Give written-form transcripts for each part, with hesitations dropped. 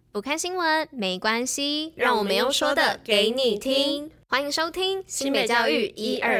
不看新闻没关系，让我们用说的给你听。欢迎收听新北教育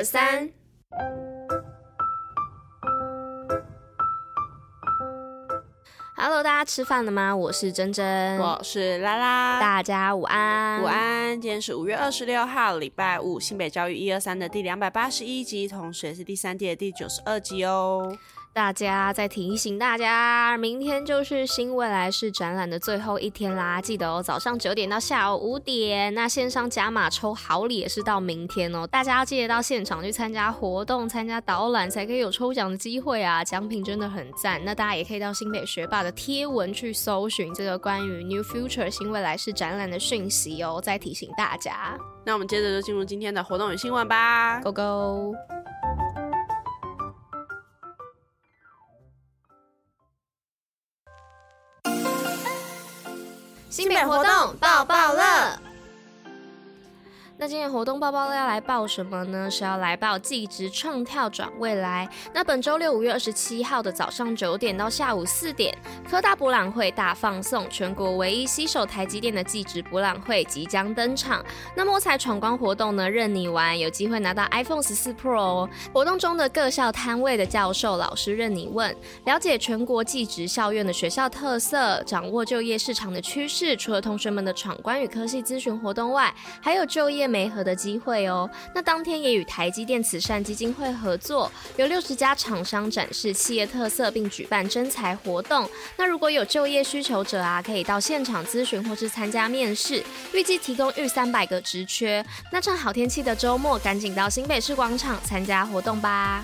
123。Hello， 大家吃饭了吗？我是珍珍， 我是拉拉， 大家午安。 午安，今天是5月26号，礼拜五，新北教育123的第281集，同时也是第3季的第92集哦。 大家再提醒大家，明天就是新未来式展览的最后一天啦，记得哦，早上9点到下午5点。那线上加码抽好礼也是到明天哦，大家要记得到现场去参加活动，参加导览，才可以有抽奖的机会啊，奖品真的很赞。那大家也可以到新北学霸的贴文去搜寻这个关于 New Future 新未来式展览的讯息哦，再提醒大家。 那我们接着就进入今天的活动与新闻吧 ，Go Go！新北活动报报乐。那今天活动报报乐要来报什么呢？是要来报技职创跳转未来。那本周六5月27号的早上9点到下午4点，科大博览会大放送，全国唯一携手台积电的技职博览会即将登场。那摸彩闯关活动呢，任你玩，有机会拿到 iPhone 14 Pro 哦。活动中的各校摊位的教授老师任你问，了解全国技职校院的学校特色，掌握就业市场的趋势。除了同学们的闯关与科系咨询活动外，还有就业媒合的机会哦。那当天也与台积电慈善基金会合作，有60家厂商展示企业特色，并举办征才活动。那如果有就业需求者啊，可以到现场咨询或是参加面试，预计提供逾300个职缺。那趁好天气的周末，赶紧到新北市广场参加活动吧。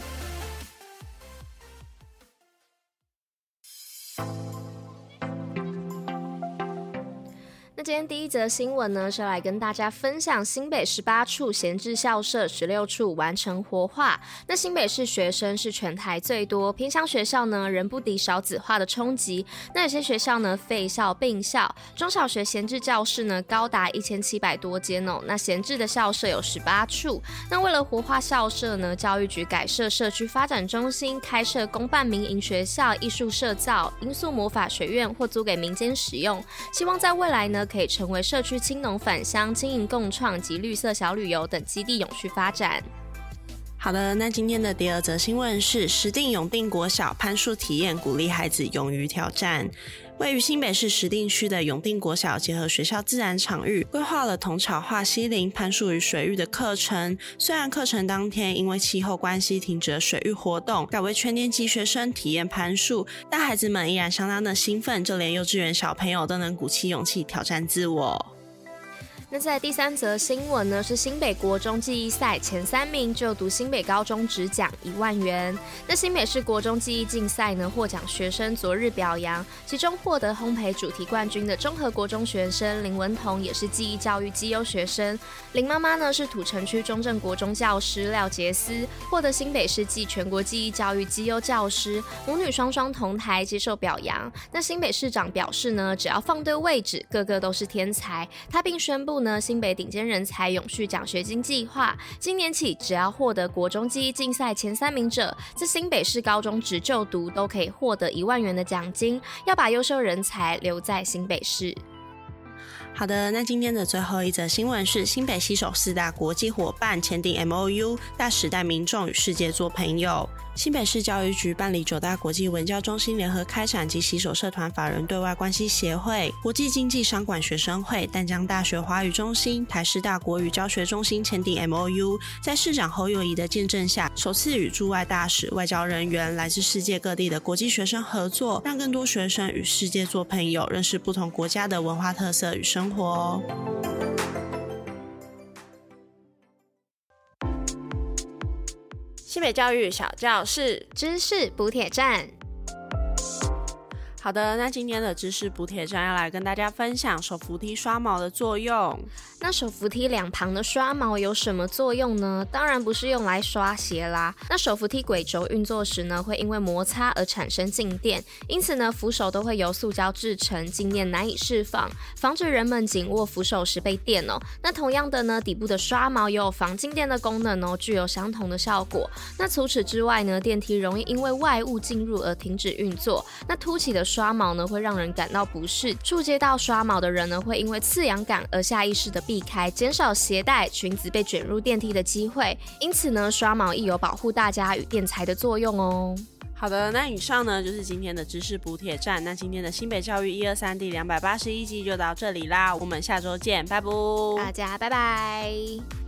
那今天第一则新闻呢，是要来跟大家分享新北18处闲置校舍16处完成活化。那新北市学生是全台最多，偏乡学校呢仍不敌少子化的冲击。那有些学校呢废校并校，中小学闲置教室呢高达1700多间哦。那闲置的校舍有18处。那为了活化校舍呢，教育局改设社区发展中心，开设公办民营学校、艺术社造、音速魔法学院或租给民间使用，希望在未来呢可以成为社区青农返乡、经营共创及绿色小旅游等基地永续发展。 好的，那今天的第2则新闻是石碇永定国小攀树体验，鼓励孩子勇于挑战。位于新北市石碇区的永定国小，结合学校自然场域，规划了桐草画溪林、攀树与水域的课程。虽然课程当天因为气候关系停止了水域活动，改为全年级学生体验攀树，但孩子们依然相当的兴奋，就连幼稚园小朋友都能鼓起勇气挑战自我。 那在第3则新闻呢，是新北国中记忆赛前3名就读新北高中直奖1万元。那新北市国中记忆竞赛呢，获奖学生昨日表扬，其中获得烘焙主题冠军的中和国中学生林文彤也是记忆教育绩优学生。林妈妈呢是土城区中正国中教师廖杰斯，获得新北市暨全国记忆教育绩优教师，母女双双同台接受表扬。那新北市长表示呢，只要放对位置，个个都是天才。他并宣布呢，新北顶尖人才永续奖学金计划，今年起只要获得国中记忆竞赛前3名者，在新北市高中职就读都可以获得1万元的奖金，要把优秀人才留在新北市。 好的，那今天的最后一则新闻是新北携手4大国际伙伴签订 MOU， 大时代民众与世界做朋友。新北市教育局办理9大国际文教中心联合开展及携手社团法人对外关系协会、国际经济商管学生会、淡江大学华语中心、台师大国语教学中心签订 MOU， 在市长侯友宜的见证下，首次与驻外大使、外交人员、来自世界各地的国际学生合作，让更多学生与世界做朋友，认识不同国家的文化特色与生活哦。 新北教育小教室，知识补铁站。 好的，那今天的知识补铁站要来跟大家分享手扶梯刷毛的作用。 那手扶梯两旁的刷毛有什么作用呢？当然不是用来刷鞋啦。那手扶梯轨轴运作时呢，会因为摩擦而产生静电，因此呢，扶手都会由塑胶制成，静电难以释放，防止人们紧握扶手时被电哦。那同样的呢，底部的刷毛也有防静电的功能哦，具有相同的效果。那除此之外呢，电梯容易因为外物进入而停止运作。那凸起的刷毛呢会让人感到不适，触接到刷毛的人呢会因为刺痒感而下意识的避开，减少携带裙子被卷入电梯的机会。因此呢，刷毛亦有保护大家与电材的作用哦。 好的，那以上呢就是今天的知识补帖站。那今天的新北教育123第281集就到这里啦，我们下周见，拜拜， 大家拜拜。